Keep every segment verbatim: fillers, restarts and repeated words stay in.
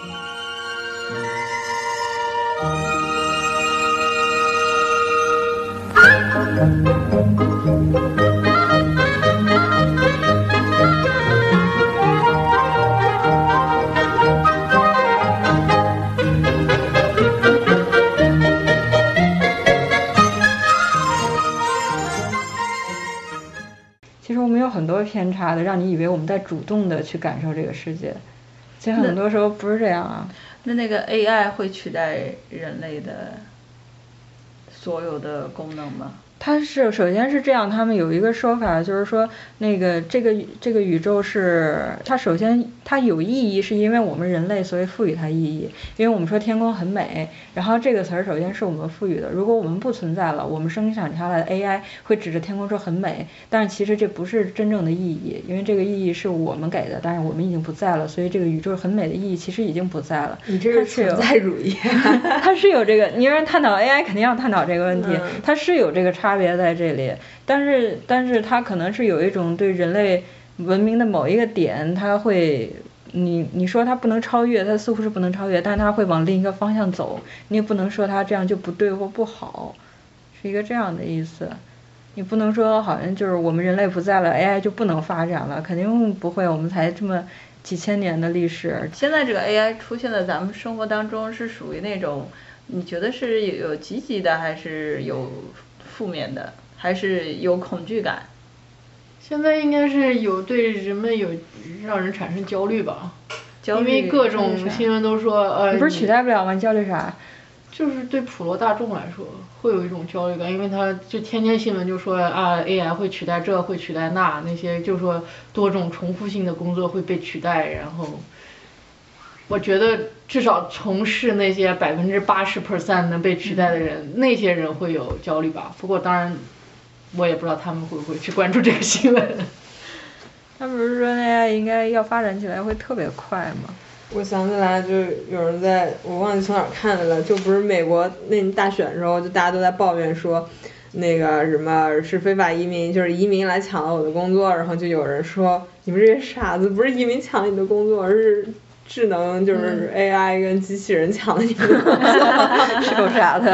其实我们有很多偏差的，让你以为我们在主动的去感受这个世界，其实很多时候不是这样啊。 那那个 A I 会取代人类的所有的功能吗？ 它是首先是这样，他们有一个说法，就是说那个这个这个宇宙是它首先它有意义，是因为我们人类所以赋予它意义。因为我们说天空很美，然后这个词儿首先是我们赋予的。如果我们不存在了，我们生产出来的 A I 会指着天空说很美，但是其实这不是真正的意义，因为这个意义是我们给的，但是我们已经不在了，所以这个宇宙很美的意义其实已经不在了。 你这是存在主义。 它是有这个，你让探讨 A I 肯定要探讨这个问题， 嗯、 它是有这个差别在这里，但是但是它可能是有一种对人类文明的某一个点，它会你你说它不能超越，它似乎是不能超越，但是它会往另一个方向走，你也不能说它这样就不对或不好，是一个这样的意思。你不能说好像就是我们人类不在了 A I 就不能发展了，肯定不会，我们才这么几千年的历史。 现在这个 A I 出现在咱们生活当中是属于那种你觉得是有积极的还是有负面的，还是有恐惧感？ 现在应该是有对人们有让人产生焦虑吧， 焦虑， 因为各种新闻都说呃， 你不是取代不了吗？焦虑啥？ 就是对普罗大众来说会有一种焦虑感，因为他就天天新闻就说啊 A I 会取代这会取代那，那些就说多种重复性的工作会被取代，然后我觉得至少从事那些百分之八十 percent 能被取代的人、嗯，那些人会有焦虑吧。不过当然，我也不知道他们会不会去关注这个新闻。 他不是说 A I 应该要发展起来会特别快吗？ 我想起来，就有人在我忘记从哪儿看的了，就不是美国那大选的时候，就大家都在抱怨说，那个什么是非法移民，就是移民来抢了我的工作，然后就有人说你们这些傻子，不是移民抢了你的工作，而是智能就是 A I 跟机器人抢了你的工作， 是够傻的。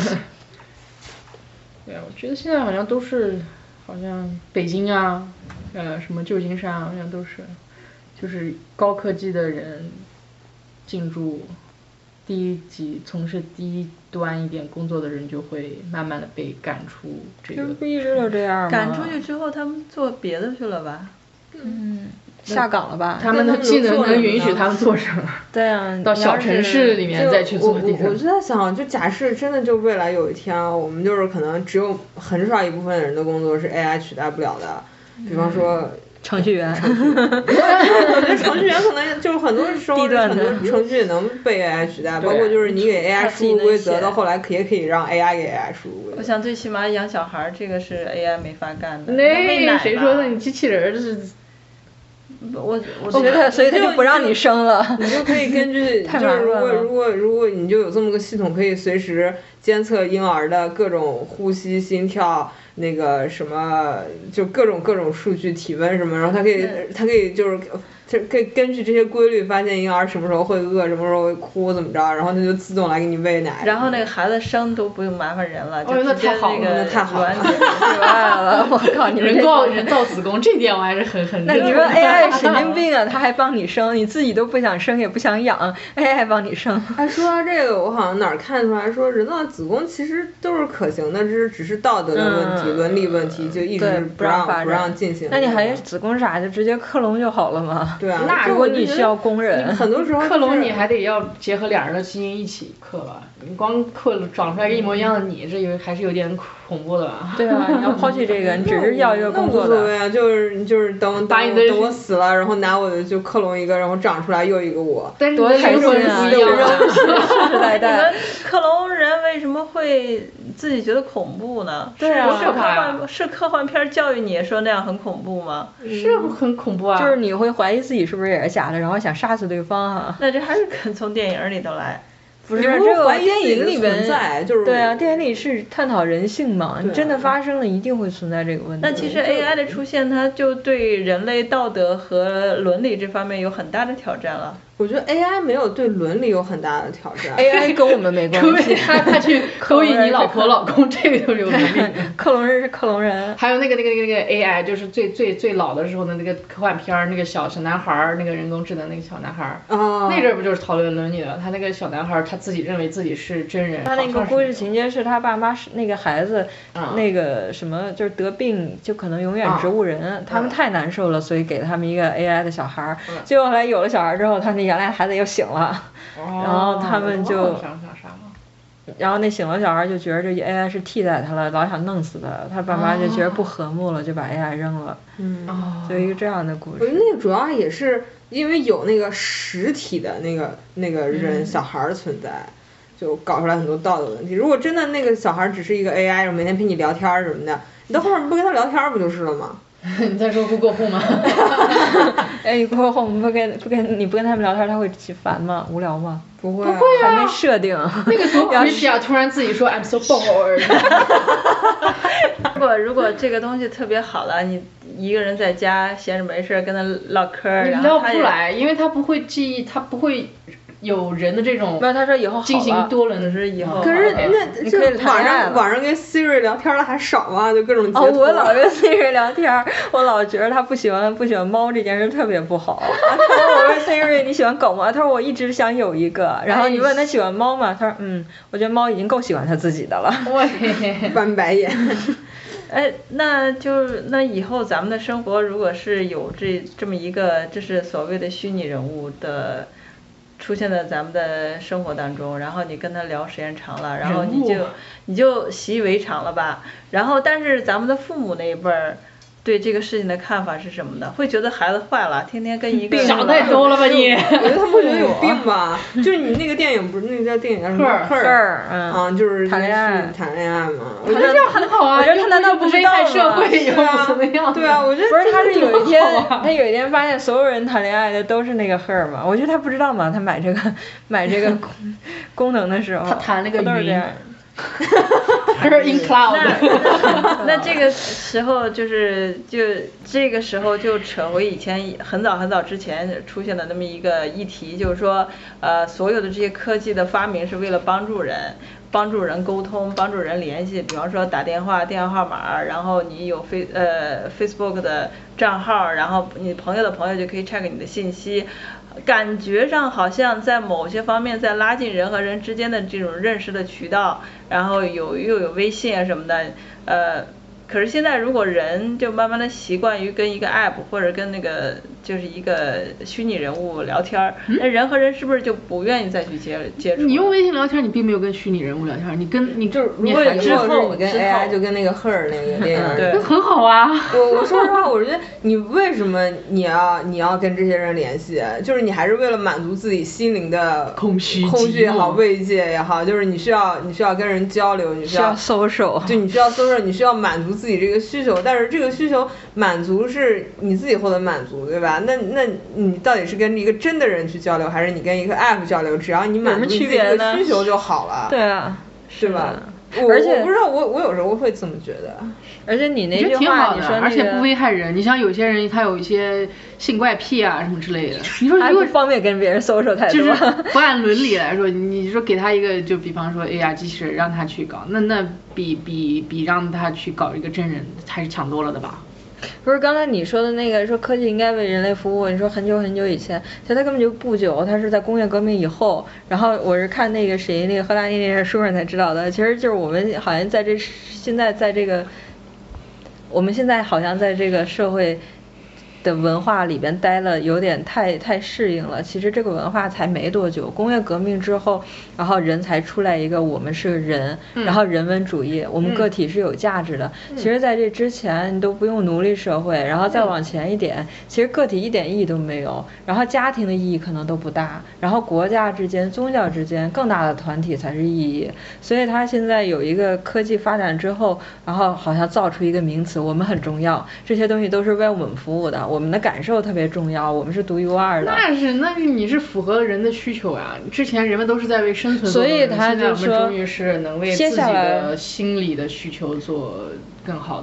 对，我觉得现在好像都是，好像北京啊，呃，什么旧金山啊，好像都是，就是高科技的人进入第一级从事低端一点工作的人就会慢慢的被赶出这个。 这不一直都这样吗？ 赶出去之后，他们做别的去了吧？ 嗯。下岗了吧？ 他们的技能能允许他们做什么？ 对啊， 到小城市里面再去做。 我我我就在想，就假设真的就未来有一天啊，我们就是可能只有很少一部分人的工作是 A I 取代不了的，比方说。 嗯程序员， 我觉得程序员可能就是很多时候很多程序也能被 A I 取代，包括就是你给 A I 输入规则，到后来可也可以让 A I 给 A I 输入规则。 我想最起码养小孩这个是 A I 没法干的。 那谁说的？你机器人是？ 我我觉得，所以他就不让你生了。 你就可以根据，就是如果如果如果你就有这么个系统，可以随时监测婴儿的各种呼吸、心跳。那个什么，就各种各种数据，体温什么，然后它可以，它可以就是，它可以根据这些规律发现婴儿什么时候会饿，什么时候会哭，怎么着，然后它就自动来给你喂奶。 然后那个孩子生都不用麻烦人了，就直接那个那太好了， 太爱了，我靠，你人造人造子宫这点我还是很很。 那你说 A I 神经病啊，他还帮你生，你自己都不想生也不想养 ，A I 还帮你生。 哎，说到这个，我好像哪儿看出来说人造子宫其实都是可行的，只是只是道德的问题。 嗯伦理问题就一直不让不让进行。 那你还子宫啥就直接克隆就好了嘛？ 对啊， 那如果你需要工人， 很多时候克隆你还得要结合两人的基因一起克吧？你光克长出来一模一样的你，这有还是有点恐怖的吧？ 对啊，你要抛弃这个，你只是要一个工作的。 那无所谓啊，就是就是等把你的等我死了，然后拿我的就克隆一个，然后长出来又一个我。 但是多开心啊！ 不一样啊！ 世世代代。 克隆人为什么会自己觉得恐怖呢？ 对啊， 是科幻是科幻片教育你说那样很恐怖吗？ 是很恐怖啊！ 就是你会怀疑自己是不是也是假的，然后想杀死对方哈。 那这还是从电影里头来。 不是这个电影里边， 就是对啊，电影里是探讨人性嘛，你真的发生了，一定会存在这个问题。 那其实 A I 的出现，它就对人类道德和伦理这方面有很大的挑战了。 我觉得 A I 没有对伦理有很大的挑战。 A I 跟我们没关系。 他他去勾引你老婆老公，这个就有伦理。 克隆人是克隆人。 还有那个那个那个那个 A I， 就是最最最老的时候的那个科幻片儿，那个小小男孩儿，那个人工智能那个小男孩儿。 哦。 那阵儿不就是讨论伦理的？他那个小男孩儿他自己认为自己是真人。 他那个故事情节是他爸妈是那个孩子， 嗯、 那个什么就是得病就可能永远植物人，嗯、他们太难受了，所以给了他们一个 A I 的小孩儿。嗯、结果后来有了小孩之后，他那原来孩子又醒了， 哦、 然后他们就， 想想啥了？ 然后那醒了小孩就觉得这 A I 是替代他了，老想弄死他，他爸妈就觉得不和睦了，就把 A I 扔了。 嗯， 就一个这样的故事。 我觉得那个主要也是因为有那个实体的那个那个人、嗯、小孩的存在。就搞出来很多道德问题。如果真的那个小孩只是一个 A I， 每天陪你聊天什么的，你到后面不跟他聊天不就是了吗？ 你在说 Google Home 吗？ 哎 ，Google Home 不跟不跟你不跟他们聊天，他会起烦吗？无聊吗？ 不会、啊， 不会啊， 还没设定。 那个多 creepy 啊！突然自己说 I'm so bored。 如果如果这个东西特别好了，你一个人在家闲着没事跟他唠嗑，然后他也聊不出来，因为他不会记忆，他不会。有人的这种， 不是他说以后进行多轮的是以后。 可是那这网上网上跟 Siri 聊天的还少吗？就各种截图。 哦，我老跟 Siri 聊天，我老觉得他不喜欢不喜欢猫这件事特别不好。我问 Siri 你喜欢狗吗？他说我一直想有一个。然后你问他喜欢猫吗？他说嗯，我觉得猫已经够喜欢他自己的了。 翻白眼。 哎，那就那以后咱们的生活如果是有这这么一个，这是所谓的虚拟人物的。出现在咱们的生活当中，然后你跟他聊时间长了，然后你就你就习以为常了吧。然后，但是咱们的父母那一辈儿对这个事情的看法是什么的？会觉得孩子坏了，天天跟一个想太多了吧你？ 我觉得他们会觉得有病吧。就是你那个电影不是那个叫电影叫什么？ 赫尔，嗯， 啊，就是谈恋爱， 谈恋爱嘛。 我觉得这样很好啊。 我觉得他难道不危害社会又怎么样？ 对啊，我觉得不是，他是有一天，他有一天发现所有人谈恋爱的都是那个赫尔嘛。我觉得他不知道嘛，他买这个买这个功功能的时候， 他谈那个云。 还是 in cloud 那, 那这个时候就是就这个时候就扯回以前很早很早之前出现的那么一个议题，就是说呃所有的这些科技的发明是为了帮助人帮助人沟通，帮助人联系，比方说打电话电话号码，然后你有 face 呃 Facebook 的账号，然后你朋友的朋友就可以 check 你的信息，感觉上好像在某些方面在拉近人和人之间的这种认识的渠道，然后有又有微信啊什么的，呃，可是现在如果人就慢慢的习惯于跟一个 app 或者跟那个就是一个虚拟人物聊天，那、嗯、人和人是不是就不愿意再去接接触？ 你用微信聊天，你并没有跟虚拟人物聊天，你跟你就是如果之后你跟 A I 就跟那个 Her 那个电影， 对， 很好啊。 我我说实话，我觉得你为什么你要你要跟这些人联系？就是你还是为了满足自己心灵的空虚空虚也好，慰藉也好，就是你需要你需要跟人交流，你需要 social， 就你需要 social， 你需要满足自己这个需求，但是这个需求满足是你自己获得满足，对吧？那那你到底是跟一个真的人去交流，还是你跟一个 app 交流？只要你满足自己的需求就好了。 对啊， 是吧？ 而且我不知道，我我有时候会这么觉得。 而且你那句话你说、那个， 而且不危害人。你像有些人他有一些性怪癖啊什么之类的，你说如果方便跟别人social太多， 就是不按伦理来说，你说给他一个，就比方说 A I 机器人让他去搞，那那比比比让他去搞一个真人还是强多了的吧？ 不是刚才你说的那个说科技应该为人类服务，你说很久很久以前，其实它根本就不久，它是在工业革命以后。然后我是看那个谁那个赫拉利那书上才知道的，其实就是我们好像在这现在在这个，我们现在好像在这个社会的文化里边待了有点太太适应了，其实这个文化才没多久，工业革命之后，然后人才出来一个我们是人， 嗯、 然后人文主义，我们个体是有价值的。 嗯、 其实在这之前你都不用奴隶社会，然后再往前一点，嗯、其实个体一点意义都没有，然后家庭的意义可能都不大，然后国家之间、宗教之间更大的团体才是意义。所以它现在有一个科技发展之后，然后好像造出一个名词，我们很重要，这些东西都是为我们服务的。我们的感受特别重要，我们是独一无二的。 那是，那是你是符合人的需求呀。之前人们都是在为生存做， 所以他就说， 现在我们终于是能为自己的心理的需求做更好的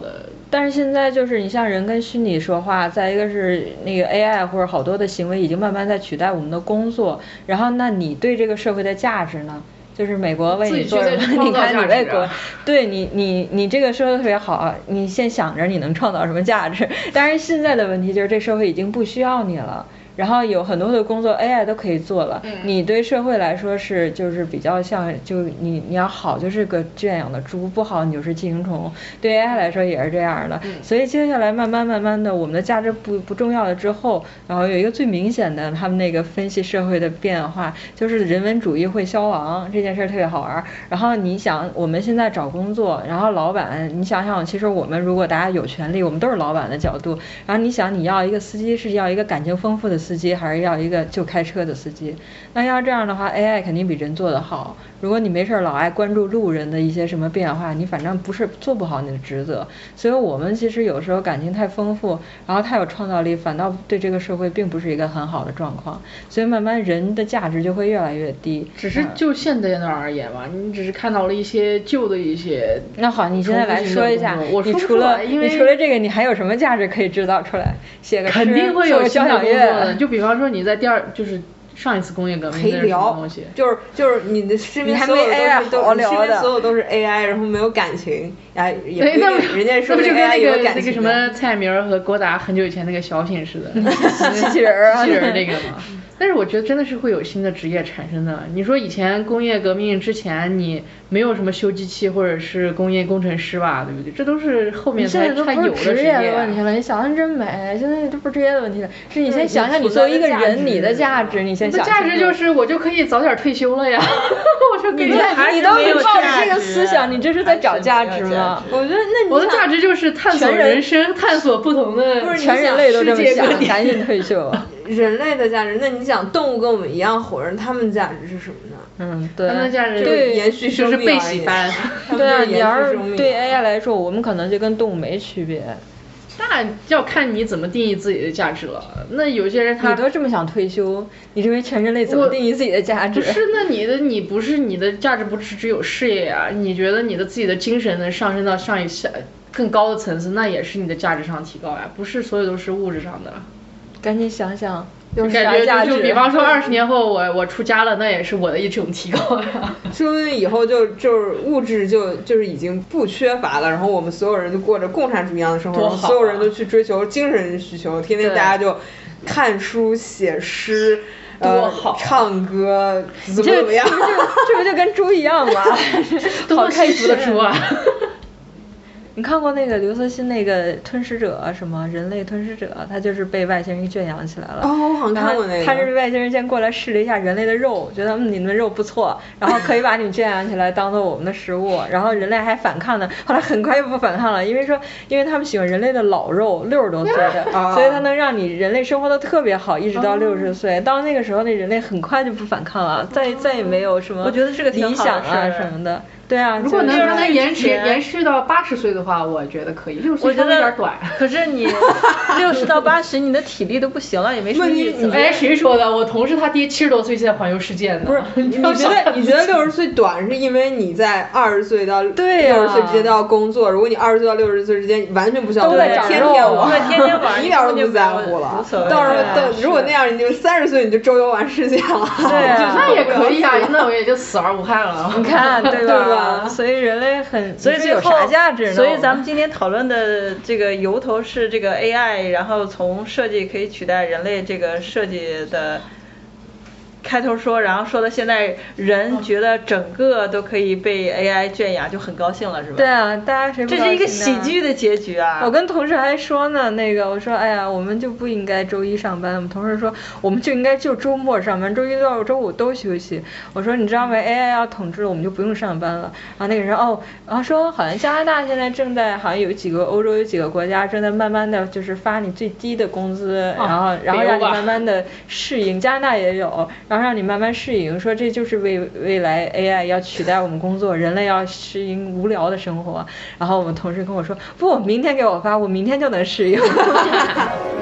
但是现在就是你像人跟虚拟说话，再一个是那个 A I 或者好多的行为已经慢慢在取代我们的工作，然后那你对这个社会的价值呢？就是美国为你做什么？你看你为国，对你你你这个说的特别好，你先想着你能创造什么价值，但是现在的问题就是这社会已经不需要你了。然后有很多的工作 A I 都可以做了，嗯、你对社会来说是就是比较像，就你你要好就是个圈养的猪，不好你就是寄生虫，对 A I 来说也是这样的。嗯、所以接下来慢慢慢慢的，我们的价值不不重要了之后，然后有一个最明显的，他们那个分析社会的变化，就是人文主义会消亡这件事特别好玩。然后你想我们现在找工作，然后老板，你想想，其实我们如果大家有权利，我们都是老板的角度，然后你想你要一个司机是要一个感情丰富的司机，还是要一个就开车的司机？那要这样的话 A I 肯定比人做得好。如果你没事老爱关注路人的一些什么变化，你反正不是做不好你的职责。所以我们其实有时候感情太丰富，然后太有创造力，反倒对这个社会并不是一个很好的状况。所以慢慢人的价值就会越来越低。 只是就现在那而言嘛，你只是看到了一些旧的一些。 那好，你现在来说一下，你除了因为你除了这个，你还有什么价值可以制造出来？写个诗， 肯定会有交响乐。 就比方说你在第二就是上一次工业革命是什么东西？ 就是就是你的身边所有都是都你身边所有都是 A I， 然后没有感情，呀也不人家说 A I 有感情。 那个什么蔡明和郭达很久以前那个小品似的机器人啊， 机器人那个嘛。但是我觉得真的是会有新的职业产生的。你说以前工业革命之前你没有什么修机器或者是工业工程师吧，对不对？这都是后面才才有的职业的问题了。你想想真美，现在这不是职业的问题了，是你先想想你作为一个人你的价值，你先想。 价值就是我就可以早点退休了呀。我说给你， 你都没抱着这个思想，你这是在找价值吗？ 我觉得那我的价值就是探索人生，探索不同的。 不是全人类都这么想，赶紧退休。 人类的价值，那你想动物跟我们一样活着，他们的价值是什么呢？ 嗯，对， 他们的价值就是延续生命就是被洗斑。 对啊，你要是对 A I 来说，我们可能就跟动物没区别。 那要看你怎么定义自己的价值了。那有些人他你都这么想退休，你认为全人类怎么定义自己的价值？ 不是，那你的你不是你的价值不是只有事业呀、啊？你觉得你的自己的精神能上升到上一下更高的层次，那也是你的价值上提高呀，不是所有都是物质上的。 赶紧想想。 就感觉就比方说二十年后我我出家了，那也是我的一种提高呀。 说不定以后就就是物质就就是已经不缺乏了，然后我们所有人就过着共产主义一样的生活， 多好啊、 所有人都去追求精神需求，天天大家就看书写诗。 多好、 呃，唱歌怎么怎么样？ 这不就这不就跟猪一样吗？ 好开心的猪啊！ 你看过那个刘慈欣那个吞食者什么人类吞食者，他就是被外星人圈养起来了。 哦，我好像看过那个。 他是外星人先过来试了一下人类的肉，觉得嗯你们的肉不错，然后可以把你们圈养起来当做我们的食物，然后人类还反抗呢，后来很快又不反抗了，因为说因为他们喜欢人类的老肉，六十多岁的，所以他能让你人类生活的特别好，一直到六十岁。到那个时候，那人类很快就不反抗了，再再也没有什么我觉得是个理想啊什么的。对啊， 如果能让它延迟延续到八十岁的话，我觉得可以。六十岁稍微有点短。 可是你六十到八十，你的体力都不行了，也没什么意思。 哎，谁说的？我同事他爹七十多岁现在环游世界呢。 不是，你觉得你觉得六十岁短，是因为你在二十岁到六十岁之间都要工作。如果你二十岁到六十岁之间完全不需要工作，天天玩， 天天玩， 一点都不在乎了。到时候等如果那样，你就三十岁你就周游完世界了。 对啊， 那也可以啊，那我也就死而无憾了。 你看，对吧？所以人。很， 所以有啥价值呢？ 所以咱们今天讨论的这个由头是这个 A I， 然后从设计可以取代人类这个设计的开头说，然后说的现在人觉得整个都可以被 A I 圈养，就很高兴了，是吧？ 对啊，大家谁不高兴呢？ 这是一个喜剧的结局啊！ 我跟同事还说呢，那个我说，哎呀，我们就不应该周一上班。我们同事说，我们就应该就周末上班，周一到周五都休息。我说，你知道吗 ？A I 要统治，我们就不用上班了。然后那个人哦，然后说好像加拿大现在正在，好像有几个欧洲有几个国家正在慢慢的就是发你最低的工资， 哦、 然后然后让你慢慢的适应。加拿大也有，然后让你慢慢适应。说这就是未未来 A I 要取代我们工作，人类要适应无聊的生活。然后我们同事跟我说，不，明天给我发，我明天就能适应。